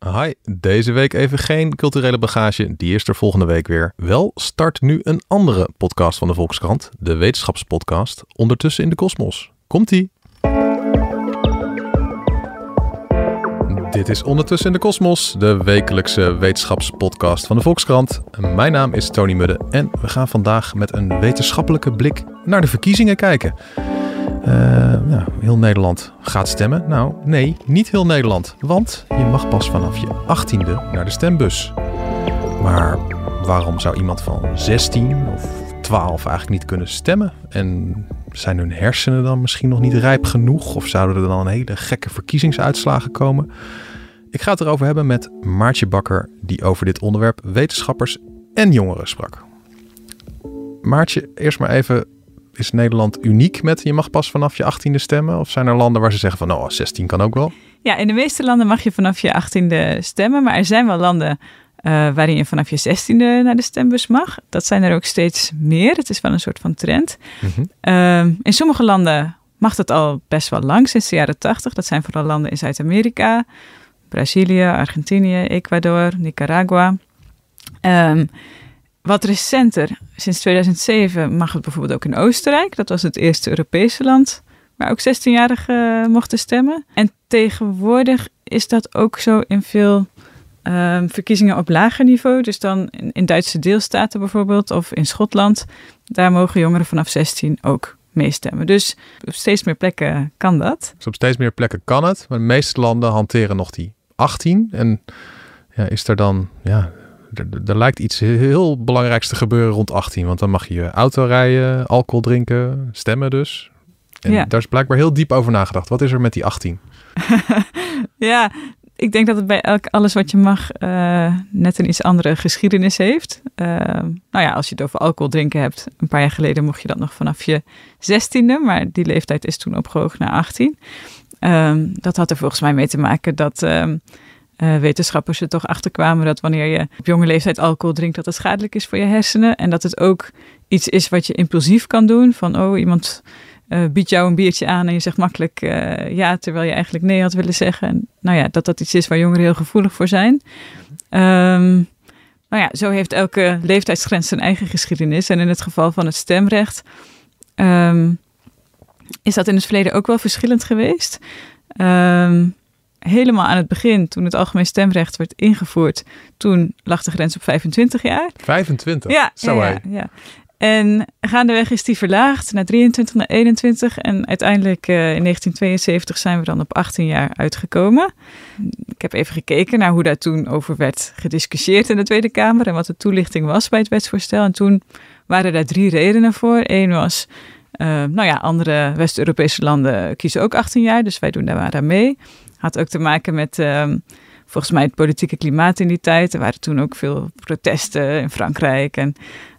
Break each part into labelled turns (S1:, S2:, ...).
S1: Hi, deze week even geen culturele bagage, die is er volgende week weer. Wel start nu een andere podcast van de Volkskrant, de wetenschapspodcast, Ondertussen in de Kosmos. Komt-ie! Dit is Ondertussen in de Kosmos, de wekelijkse wetenschapspodcast van de Volkskrant. Mijn naam is Tony Mudde en we gaan vandaag met een wetenschappelijke blik naar de verkiezingen kijken. Heel Nederland gaat stemmen. Nou, nee, niet heel Nederland. Want je mag pas vanaf je 18e naar de stembus. Maar waarom zou iemand van 16 of 12 eigenlijk niet kunnen stemmen? En zijn hun hersenen dan misschien nog niet rijp genoeg? Of zouden er dan hele gekke verkiezingsuitslagen komen? Ik ga het erover hebben met Maartje Bakker, die over dit onderwerp wetenschappers en jongeren sprak. Maartje, eerst maar even... Is Nederland uniek met je mag pas vanaf je 18e stemmen? Of zijn er landen waar ze zeggen van 16 kan ook wel?
S2: Ja, in de meeste landen mag je vanaf je 18e stemmen. Maar er zijn wel landen waarin je vanaf je 16e naar de stembus mag. Dat zijn er ook steeds meer. Het is wel een soort van trend. Mm-hmm. In sommige landen mag dat al best wel lang, sinds de jaren 80. Dat zijn vooral landen in Zuid-Amerika. Brazilië, Argentinië, Ecuador, Nicaragua. Wat recenter, sinds 2007 mag het bijvoorbeeld ook in Oostenrijk. Dat was het eerste Europese land waar ook 16-jarigen mochten stemmen. En tegenwoordig is dat ook zo in veel verkiezingen op lager niveau. Dus dan in Duitse deelstaten bijvoorbeeld of in Schotland. Daar mogen jongeren vanaf 16 ook meestemmen. Dus op steeds meer plekken kan dat.
S1: Dus op steeds meer plekken kan het. Maar de meeste landen hanteren nog die 18. En ja, is er dan... Er lijkt iets heel belangrijks te gebeuren rond 18. Want dan mag je auto rijden, alcohol drinken, stemmen dus. En daar is blijkbaar heel diep over nagedacht. Wat is er met die 18?
S2: Ja, ik denk dat het bij alles wat je mag net een iets andere geschiedenis heeft. Als je het over alcohol drinken hebt. Een paar jaar geleden mocht je dat nog vanaf je 16e. Maar die leeftijd is toen opgehoogd naar 18. Dat had er volgens mij mee te maken dat... wetenschappers er toch achterkwamen dat wanneer je op jonge leeftijd alcohol drinkt, dat het schadelijk is voor je hersenen. En dat het ook iets is wat je impulsief kan doen. Van iemand biedt jou een biertje aan en je zegt makkelijk ja, terwijl je eigenlijk nee had willen zeggen. En dat iets is waar jongeren heel gevoelig voor zijn. Zo heeft elke leeftijdsgrens zijn eigen geschiedenis. En in het geval van het stemrecht is dat in het verleden ook wel verschillend geweest. Helemaal aan het begin, toen het algemeen stemrecht werd ingevoerd, toen lag de grens op 25 jaar.
S1: 25?
S2: Ja. En gaandeweg is die verlaagd naar 23, naar 21. En uiteindelijk in 1972 zijn we dan op 18 jaar uitgekomen. Ik heb even gekeken naar hoe daar toen over werd gediscussieerd in de Tweede Kamer en wat de toelichting was bij het wetsvoorstel. En toen waren daar 3 redenen voor. Eén was, andere West-Europese landen kiezen ook 18 jaar, dus wij doen daar maar aan mee. Had ook te maken met, volgens mij, het politieke klimaat in die tijd. Er waren toen ook veel protesten in Frankrijk. En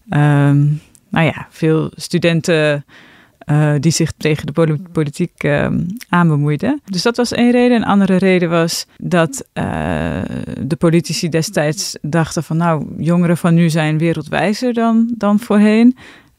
S2: veel studenten die zich tegen de politiek aanbemoeiden. Dus dat was één reden. Een andere reden was dat de politici destijds dachten van... jongeren van nu zijn wereldwijzer dan voorheen.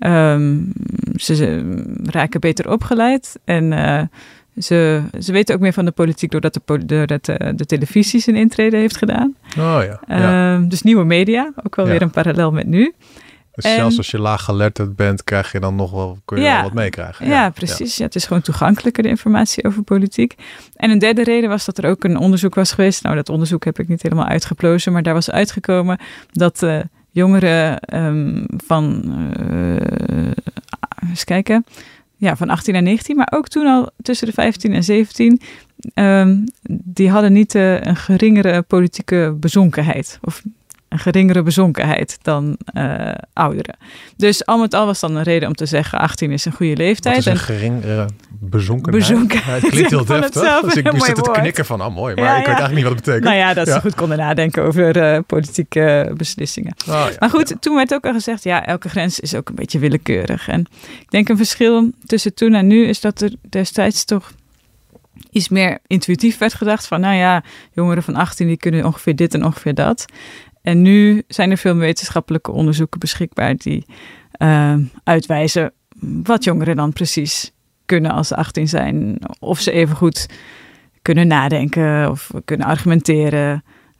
S2: Ze raken beter opgeleid en... Ze weten ook meer van de politiek doordat de televisie zijn intrede heeft gedaan. Dus nieuwe media, ook wel weer een parallel met nu.
S1: Dus zelfs als je laag geletterd bent, kun je dan nog wel wat meekrijgen.
S2: Ja, precies. Ja, het is gewoon toegankelijker, de informatie over politiek. En een derde reden was dat er ook een onderzoek was geweest. Nou, dat onderzoek heb ik niet helemaal uitgeplozen, maar daar was uitgekomen dat jongeren eens kijken... Ja, van 18 en 19, maar ook toen al tussen de 15 en 17... die hadden niet een geringere politieke bezonkenheid. Of een geringere bezonkenheid dan ouderen. Dus al met al was dan een reden om te zeggen... 18 is een goede leeftijd.
S1: Wat is een geringere bezonkenheid? Het klinkt heel deftig. Dus ik moest zitten te knikken van, mooi. Maar ik weet eigenlijk niet wat het betekent.
S2: Nou ja, dat ze goed konden nadenken over politieke beslissingen. Maar goed, toen werd ook al gezegd... elke grens is ook een beetje willekeurig. En ik denk een verschil tussen toen en nu... is dat er destijds toch iets meer intuïtief werd gedacht... van jongeren van 18 die kunnen ongeveer dit en ongeveer dat... En nu zijn er veel wetenschappelijke onderzoeken beschikbaar die uitwijzen wat jongeren dan precies kunnen als ze 18 zijn. Of ze even goed kunnen nadenken of kunnen argumenteren.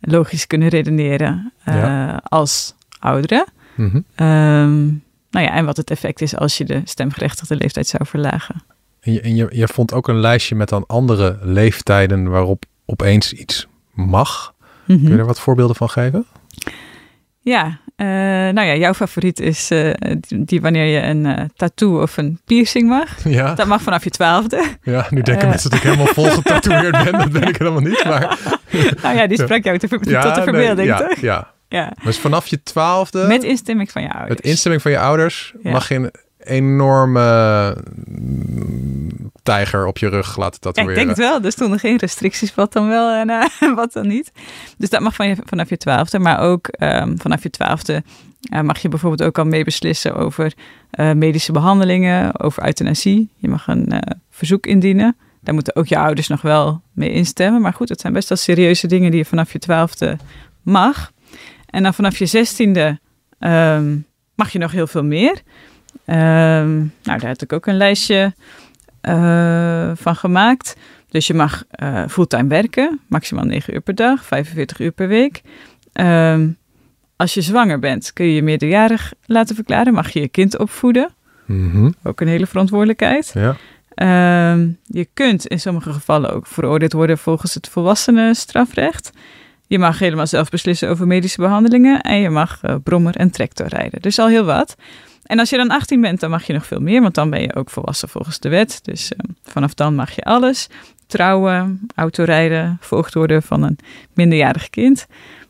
S2: logisch kunnen redeneren als ouderen.
S1: Mm-hmm.
S2: En wat het effect is als je de stemgerechtigde leeftijd zou verlagen.
S1: En je vond ook een lijstje met dan andere leeftijden waarop opeens iets mag.
S2: Mm-hmm.
S1: Kun je er wat voorbeelden van geven?
S2: Ja, jouw favoriet is die wanneer je een tattoo of een piercing mag.
S1: Ja.
S2: Dat mag vanaf je 12e.
S1: Ja, nu denken mensen dat ik helemaal vol getatoeëerd ben. Dat ben ik helemaal niet. Maar...
S2: die sprak jou tot de verbeelding, toch?
S1: Ja. Dus vanaf je 12e...
S2: Met instemming van je ouders.
S1: Met instemming van je ouders mag je een enorme tijger op je rug laten tatoeëren.
S2: Ja, ik denk het wel. Er stonden geen restricties wat dan wel en wat dan niet. Dus dat mag vanaf je 12e. Maar ook vanaf je 12e mag je bijvoorbeeld ook al mee beslissen over medische behandelingen, over euthanasie. Je mag een verzoek indienen. Daar moeten ook je ouders nog wel mee instemmen. Maar goed, het zijn best wel serieuze dingen die je vanaf je 12e mag. En dan vanaf je 16e mag je nog heel veel meer. Daar had ik ook een lijstje van gemaakt. Dus je mag fulltime werken, maximaal 9 uur per dag, 45 uur per week. Als je zwanger bent, kun je je meerderjarig laten verklaren. Mag je je kind opvoeden.
S1: Mm-hmm.
S2: Ook een hele verantwoordelijkheid.
S1: Ja.
S2: Je kunt in sommige gevallen ook veroordeeld worden volgens het volwassenenstrafrecht. Je mag helemaal zelf beslissen over medische behandelingen. En je mag brommer en tractor rijden. Dus al heel wat. En als je dan 18 bent, dan mag je nog veel meer. Want dan ben je ook volwassen volgens de wet. Dus vanaf dan mag je alles. Trouwen, autorijden, voogd worden van een minderjarig kind.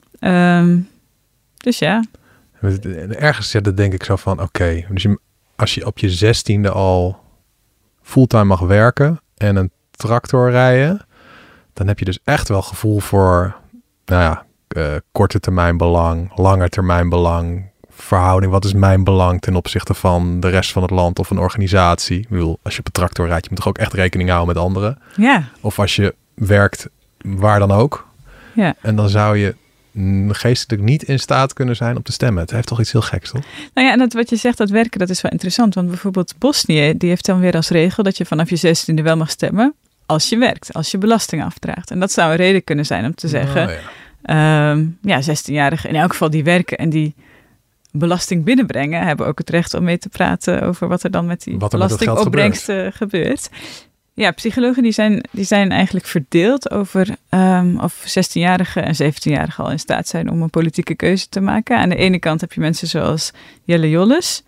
S2: Dus ja.
S1: Ergens denk ik zo van, oké. Dus als je op je 16e al fulltime mag werken en een tractor rijden, dan heb je dus echt wel gevoel voor, korte termijn belang, lange termijn belang, verhouding. Wat is mijn belang ten opzichte van de rest van het land of een organisatie? Ik bedoel, als je op een tractor rijdt, je moet toch ook echt rekening houden met anderen.
S2: Ja.
S1: Of als je werkt, waar dan ook.
S2: Ja.
S1: En dan zou je geestelijk niet in staat kunnen zijn om te stemmen. Het heeft toch iets heel geks, toch?
S2: Nou ja, en wat je zegt, dat werken, dat is wel interessant. Want bijvoorbeeld Bosnië, die heeft dan weer als regel dat je vanaf je 16e wel mag stemmen als je werkt, als je belasting afdraagt. En dat zou een reden kunnen zijn om te zeggen, 16-jarigen in elk geval die werken en die belasting binnenbrengen, hebben ook het recht om mee te praten over wat er dan met die belastingopbrengsten gebeurt. Ja, psychologen die zijn eigenlijk verdeeld over of 16-jarigen en 17-jarigen al in staat zijn om een politieke keuze te maken. Aan de ene kant heb je mensen zoals Jelle Jolles,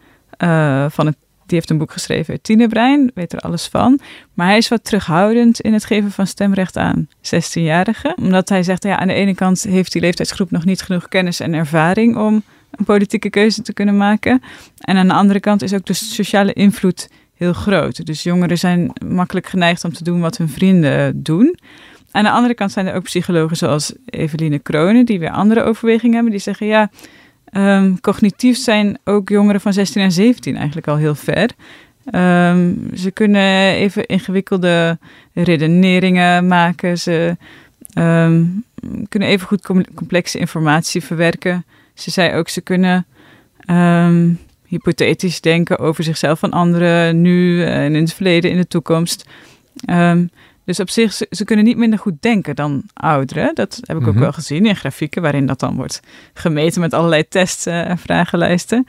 S2: die heeft een boek geschreven, Het Tienerbrein, weet er alles van. Maar hij is wat terughoudend in het geven van stemrecht aan 16-jarigen. Omdat hij zegt, aan de ene kant heeft die leeftijdsgroep nog niet genoeg kennis en ervaring om een politieke keuze te kunnen maken. En aan de andere kant is ook de sociale invloed heel groot. Dus jongeren zijn makkelijk geneigd om te doen wat hun vrienden doen. Aan de andere kant zijn er ook psychologen zoals Eveline Kronen, die weer andere overwegingen hebben. Die zeggen, cognitief zijn ook jongeren van 16 en 17 eigenlijk al heel ver. Ze kunnen even ingewikkelde redeneringen maken. Ze kunnen even goed complexe informatie verwerken. Ze zei ook, ze kunnen hypothetisch denken over zichzelf van anderen, nu en in het verleden, in de toekomst. Dus op zich, ze kunnen niet minder goed denken dan ouderen. Dat heb ik ook wel gezien in grafieken, waarin dat dan wordt gemeten met allerlei tests en vragenlijsten.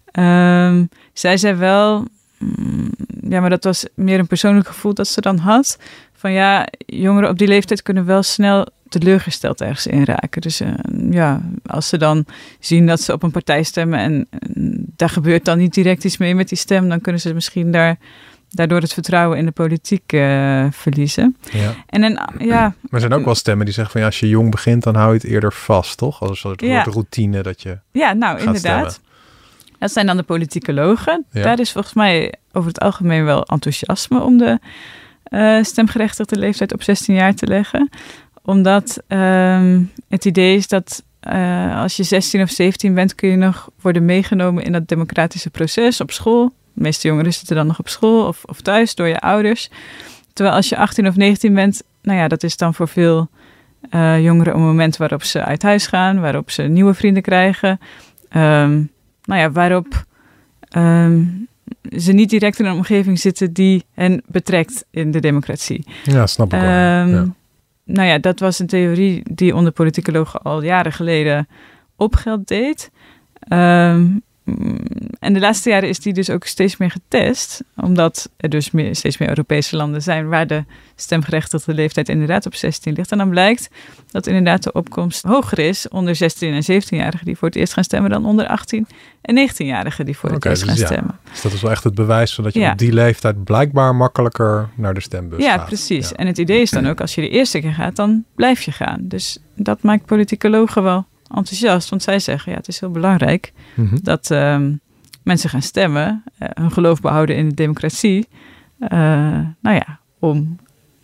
S2: Zij zei wel, maar dat was meer een persoonlijk gevoel dat ze dan had. Van jongeren op die leeftijd kunnen wel snel teleurgesteld ergens in raken. Dus als ze dan zien dat ze op een partij stemmen en daar gebeurt dan niet direct iets mee met die stem, dan kunnen ze misschien daardoor het vertrouwen in de politiek verliezen. Ja. En maar
S1: er zijn ook wel stemmen die zeggen van als je jong begint, dan hou je het eerder vast, toch? Als een soort routine dat je
S2: inderdaad. Stemmen. Dat zijn dan de politicologen. Ja. Daar is volgens mij over het algemeen wel enthousiasme om de stemgerechtigde leeftijd op 16 jaar te leggen. Omdat het idee is dat als je 16 of 17 bent, kun je nog worden meegenomen in dat democratische proces op school. De meeste jongeren zitten dan nog op school of thuis door je ouders. Terwijl als je 18 of 19 bent, dat is dan voor veel jongeren een moment waarop ze uit huis gaan, waarop ze nieuwe vrienden krijgen. Waarop ze niet direct in een omgeving zitten die hen betrekt in de democratie.
S1: Ja, snap ik wel.
S2: nou ja, dat was een theorie die onder politicologen al jaren geleden opgeld deed. En de laatste jaren is die dus ook steeds meer getest. Omdat er dus steeds meer Europese landen zijn waar de stemgerechtigde leeftijd inderdaad op 16 ligt. En dan blijkt dat inderdaad de opkomst hoger is onder 16 en 17-jarigen die voor het eerst gaan stemmen dan onder 18 en 19-jarigen die voor het eerst gaan stemmen.
S1: Dus dat is wel echt het bewijs zodat je op die leeftijd blijkbaar makkelijker naar de stembus gaat.
S2: Ja, precies. Ja. En het idee is dan ook, als je de eerste keer gaat, dan blijf je gaan. Dus dat maakt politicologen wel enthousiast, want zij zeggen, ja, het is heel belangrijk dat mensen gaan stemmen, hun geloof behouden in de democratie, om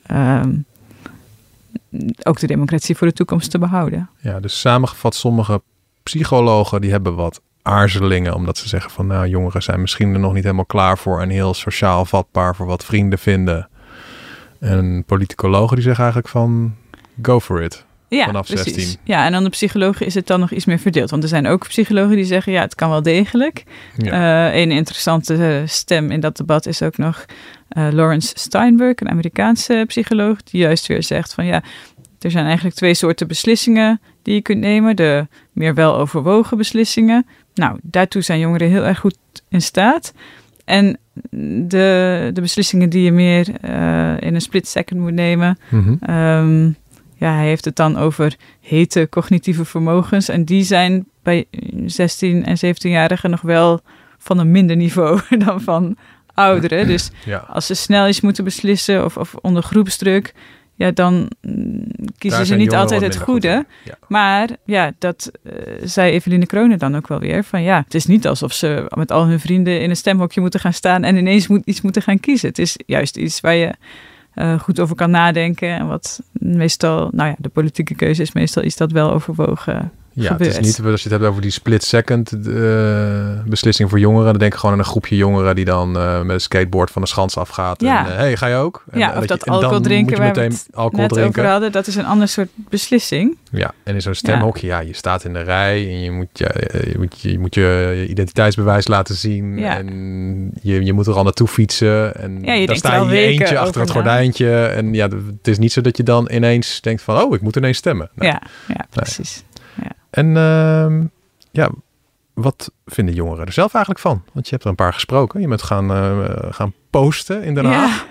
S2: ook de democratie voor de toekomst te behouden. Ja,
S1: dus samengevat, sommige psychologen die hebben wat aarzelingen, omdat ze zeggen van, nou, jongeren zijn misschien er nog niet helemaal klaar voor en heel sociaal vatbaar voor wat vrienden vinden. En politicologen die zeggen eigenlijk van, go for it.
S2: Ja,
S1: vanaf
S2: precies.
S1: 16.
S2: Ja, en onder psychologen is het dan nog iets meer verdeeld. Want er zijn ook psychologen die zeggen, ja, het kan wel degelijk. Ja. Een interessante stem in dat debat is ook nog Lawrence Steinberg, een Amerikaanse psycholoog, die juist weer zegt van, ja, er zijn eigenlijk 2 soorten beslissingen die je kunt nemen. De meer weloverwogen beslissingen. Nou, daartoe zijn jongeren heel erg goed in staat. En de beslissingen die je meer in een split second moet nemen. Hij heeft het dan over hete cognitieve vermogens. En die zijn bij 16 en 17-jarigen nog wel van een minder niveau dan van ouderen. Dus als ze snel iets moeten beslissen of onder groepsdruk, ja, dan kiezen ze niet altijd het goede. Ja. Maar ja, dat zei Eveline Kronen dan ook wel weer. Van ja, het is niet alsof ze met al hun vrienden in een stemhokje moeten gaan staan en ineens iets moeten gaan kiezen. Het is juist iets waar je goed over kan nadenken. En wat meestal, nou ja, de politieke keuze is meestal iets dat wel overwogen gebeurt.
S1: Het is niet, als je het hebt over die split-second beslissing voor jongeren, dan denk ik gewoon aan een groepje jongeren die dan met een skateboard van de schans afgaat.
S2: Ja.
S1: En hey, ga je ook? En,
S2: ja, of dat alcohol drinken, waar we het net over hadden, dat is een ander soort beslissing.
S1: Ja, en in zo'n stemhokje, je staat in de rij en je moet je identiteitsbewijs laten zien. Ja. En je moet er al naartoe fietsen. En daar sta je in je eentje achter het gordijntje. En ja, het is niet zo dat je dan ineens denkt van, oh, ik moet ineens stemmen. Nee.
S2: Ja, precies. Ja.
S1: En wat vinden jongeren er zelf eigenlijk van? Want je hebt er een paar gesproken. Je bent gaan posten in Den Haag.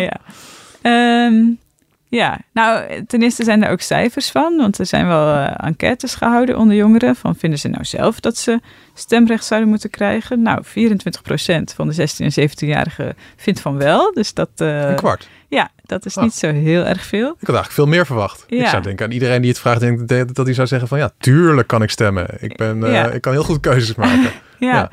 S2: Ja, nou, ten eerste zijn er ook cijfers van. Want er zijn wel enquêtes gehouden onder jongeren. Van vinden ze nou zelf dat ze stemrecht zouden moeten krijgen? Nou, 24% van de 16 en 17-jarigen vindt van wel. Dus dat,
S1: een kwart?
S2: Ja, dat is niet zo heel erg veel.
S1: Ik had eigenlijk veel meer verwacht. Ja. Ik zou denken aan iedereen die het vraagt, denk dat hij zou zeggen van, ja, tuurlijk kan ik stemmen. Ik kan heel goed keuzes maken.
S2: Ja.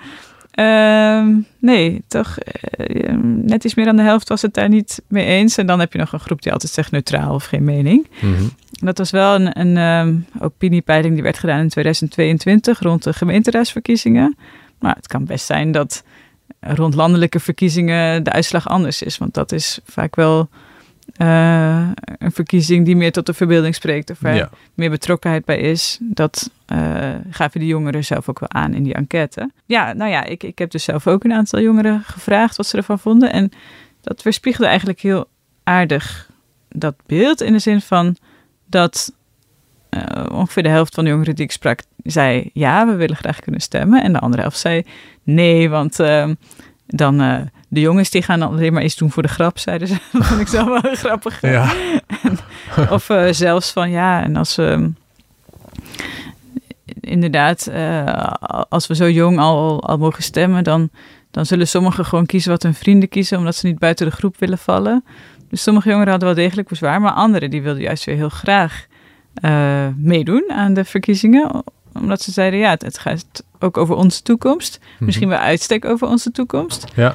S2: Nee, toch net iets meer dan de helft was het daar niet mee eens. En dan heb je nog een groep die altijd zegt neutraal of geen mening. Dat was wel een opiniepeiling die werd gedaan in 2022 rond de gemeenteraadsverkiezingen. Maar het kan best zijn dat rond landelijke verkiezingen de uitslag anders is. Want dat is vaak wel een verkiezing die meer tot de verbeelding spreekt. Of waar meer betrokkenheid bij is. Dat gaven de jongeren zelf ook wel aan in die enquête. Ja, nou ja, ik heb dus zelf ook een aantal jongeren gevraagd wat ze ervan vonden. En dat weerspiegelde eigenlijk heel aardig dat beeld. In de zin van dat ongeveer de helft van de jongeren die ik sprak zei, ja, we willen graag kunnen stemmen. En de andere helft zei, nee, want dan de jongens die gaan dan alleen maar iets doen voor de grap, zeiden ze. Dat vond ik zelf wel grappig.
S1: Ja.
S2: Of zelfs van, ja, en als inderdaad, als we zo jong al mogen stemmen, dan zullen sommigen gewoon kiezen wat hun vrienden kiezen, omdat ze niet buiten de groep willen vallen. Dus sommige jongeren hadden wel degelijk bezwaar, maar anderen die wilden juist weer heel graag meedoen aan de verkiezingen. Omdat ze zeiden, ja, het gaat ook over onze toekomst. Misschien wel uitstek over onze toekomst.
S1: Ja.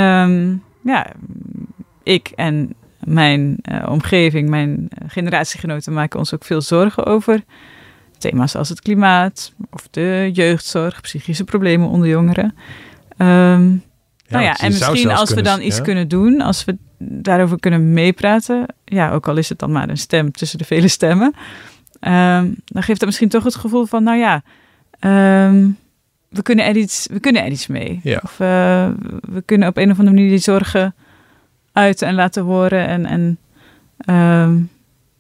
S2: Ik en mijn omgeving, mijn generatiegenoten maken ons ook veel zorgen over thema's als het klimaat of de jeugdzorg, psychische problemen onder jongeren. En misschien als we dan iets kunnen doen, als we daarover kunnen meepraten, ja, ook al is het dan maar een stem tussen de vele stemmen, dan geeft dat misschien toch het gevoel van, nou ja, we kunnen er iets mee.
S1: Ja.
S2: Of we kunnen op een of andere manier die zorgen uiten en laten horen.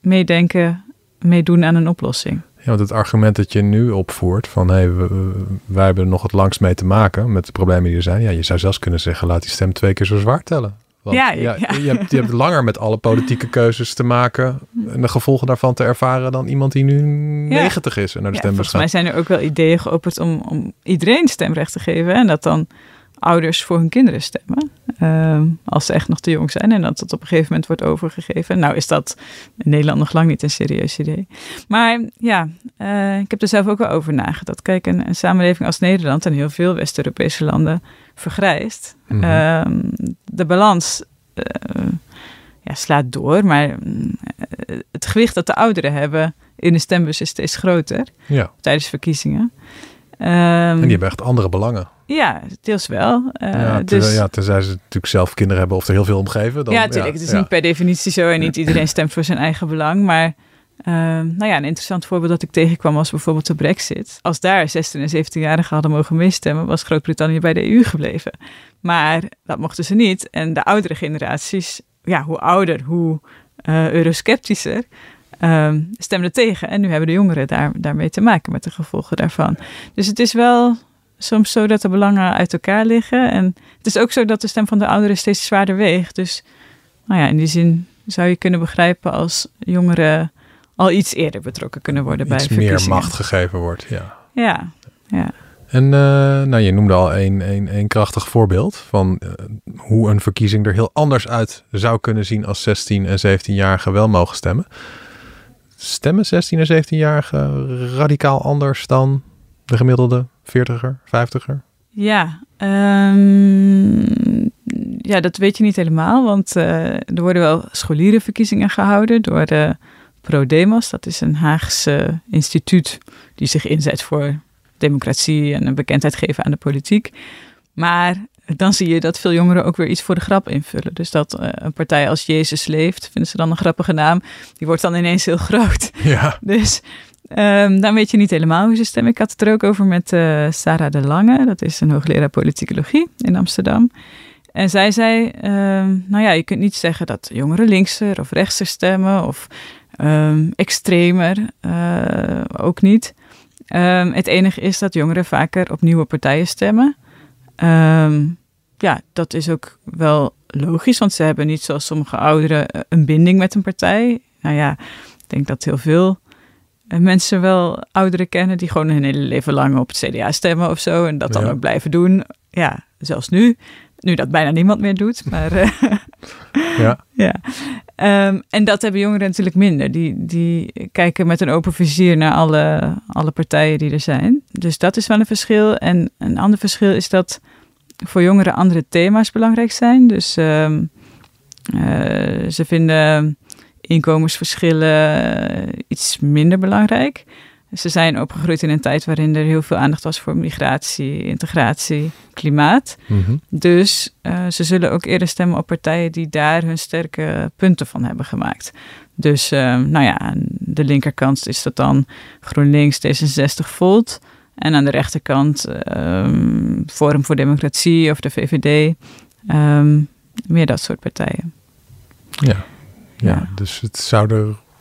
S2: meedenken, meedoen aan een oplossing.
S1: Ja, want het argument dat je nu opvoert van wij hebben er nog het langst mee te maken met de problemen die er zijn. Ja, je zou zelfs kunnen zeggen, laat die stem 2 keer zo zwaar tellen. Want je hebt langer met alle politieke keuzes te maken en de gevolgen daarvan te ervaren dan iemand die nu 90 is en naar de stembus gaat.
S2: Volgens mij zijn er ook wel ideeën geopperd om iedereen stemrecht te geven en dat dan ouders voor hun kinderen stemmen. Als ze echt nog te jong zijn en dat het op een gegeven moment wordt overgegeven. Nou is dat in Nederland nog lang niet een serieus idee. Maar ik heb er zelf ook wel over nagedacht. Kijk, een samenleving als Nederland en heel veel West-Europese landen vergrijst. Mm-hmm. De balans slaat door, maar het gewicht dat de ouderen hebben in de stembus is steeds groter tijdens verkiezingen.
S1: En die hebben echt andere belangen.
S2: Ja, deels wel.
S1: Tenzij ze natuurlijk zelf kinderen hebben of er heel veel om geven. Dan,
S2: natuurlijk. Het is niet per definitie zo en niet iedereen stemt voor zijn eigen belang. Maar een interessant voorbeeld dat ik tegenkwam was bijvoorbeeld de Brexit. Als daar 16- en 17-jarigen hadden mogen meestemmen, was Groot-Brittannië bij de EU gebleven. Maar dat mochten ze niet. En de oudere generaties, hoe ouder, hoe eurosceptischer, stemden tegen. En nu hebben de jongeren daarmee te maken met de gevolgen daarvan. Dus het is wel soms zo dat de belangen uit elkaar liggen. En het is ook zo dat de stem van de ouderen steeds zwaarder weegt. Dus in die zin zou je kunnen begrijpen als jongeren al iets eerder betrokken kunnen worden bij verkiezingen.
S1: Iets meer macht gegeven wordt,
S2: Ja.
S1: En je noemde al een krachtig voorbeeld van hoe een verkiezing er heel anders uit zou kunnen zien als 16- en 17-jarigen wel mogen stemmen. Stemmen 16- en 17-jarigen radicaal anders dan de gemiddelde 40er, 50er?
S2: Ja, dat weet je niet helemaal, want er worden wel scholierenverkiezingen gehouden door de ProDemos. Dat is een Haagse instituut die zich inzet voor democratie en een bekendheid geven aan de politiek. Maar dan zie je dat veel jongeren ook weer iets voor de grap invullen. Dus dat een partij als Jezus Leeft, vinden ze dan een grappige naam, die wordt dan ineens heel groot. Ja. Dus dan weet je niet helemaal hoe ze stemmen. Ik had het er ook over met Sarah de Lange. Dat is een hoogleraar politicologie in Amsterdam. En zij zei, je kunt niet zeggen dat jongeren linkser of rechtser stemmen of extremer, ook niet. Het enige is dat jongeren vaker op nieuwe partijen stemmen. Dat is ook wel logisch, want ze hebben niet zoals sommige ouderen een binding met een partij. Ik denk dat heel veel mensen wel ouderen kennen die gewoon hun hele leven lang op het CDA stemmen of zo. En dat dan ook blijven doen. Ja, zelfs nu. Nu dat bijna niemand meer doet. Maar en dat hebben jongeren natuurlijk minder. Die kijken met een open vizier naar alle partijen die er zijn. Dus dat is wel een verschil. En een ander verschil is dat voor jongeren andere thema's belangrijk zijn. Dus ze vinden inkomensverschillen iets minder belangrijk. Ze zijn opgegroeid in een tijd waarin er heel veel aandacht was voor migratie, integratie, klimaat. Mm-hmm. Dus ze zullen ook eerder stemmen op partijen die daar hun sterke punten van hebben gemaakt. Dus aan de linkerkant is dat dan GroenLinks, D66, Volt. En aan de rechterkant Forum voor Democratie of de VVD. Meer dat soort partijen.
S1: Ja, dus het zou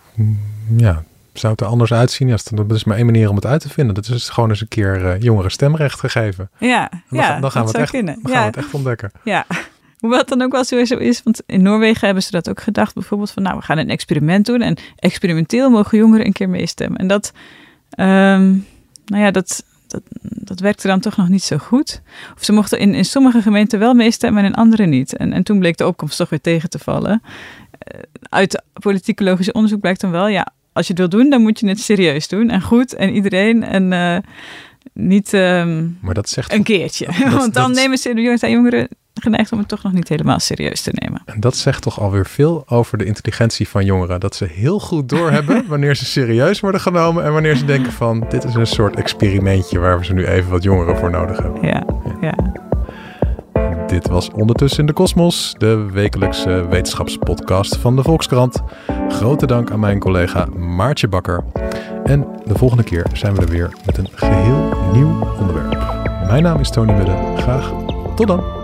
S1: er anders uitzien. Dat is maar één manier om het uit te vinden. Dat is gewoon eens een keer jongeren stemrecht gegeven.
S2: Dan
S1: gaan we het echt ontdekken.
S2: Ja, hoewel het dan ook wel zo is. Want in Noorwegen hebben ze dat ook gedacht. Bijvoorbeeld van, we gaan een experiment doen. En experimenteel mogen jongeren een keer meestemmen. En dat werkte dan toch nog niet zo goed. Of ze mochten in sommige gemeenten wel meestemmen en in andere niet. En toen bleek de opkomst toch weer tegen te vallen. Uit politicologisch onderzoek blijkt dan wel, als je het wil doen, dan moet je het serieus doen. En goed, en iedereen. En niet
S1: maar dat zegt
S2: een keertje. Want dan zijn jongeren geneigd om het toch nog niet helemaal serieus te nemen.
S1: En dat zegt toch alweer veel over de intelligentie van jongeren. Dat ze heel goed doorhebben wanneer ze serieus worden genomen. En wanneer ze denken van, dit is een soort experimentje waar we ze nu even wat jongeren voor nodig hebben.
S2: Ja.
S1: Dit was Ondertussen in de Kosmos, de wekelijkse wetenschapspodcast van de Volkskrant. Grote dank aan mijn collega Maartje Bakker. En de volgende keer zijn we er weer met een geheel nieuw onderwerp. Mijn naam is Tony Mudde. Graag tot dan.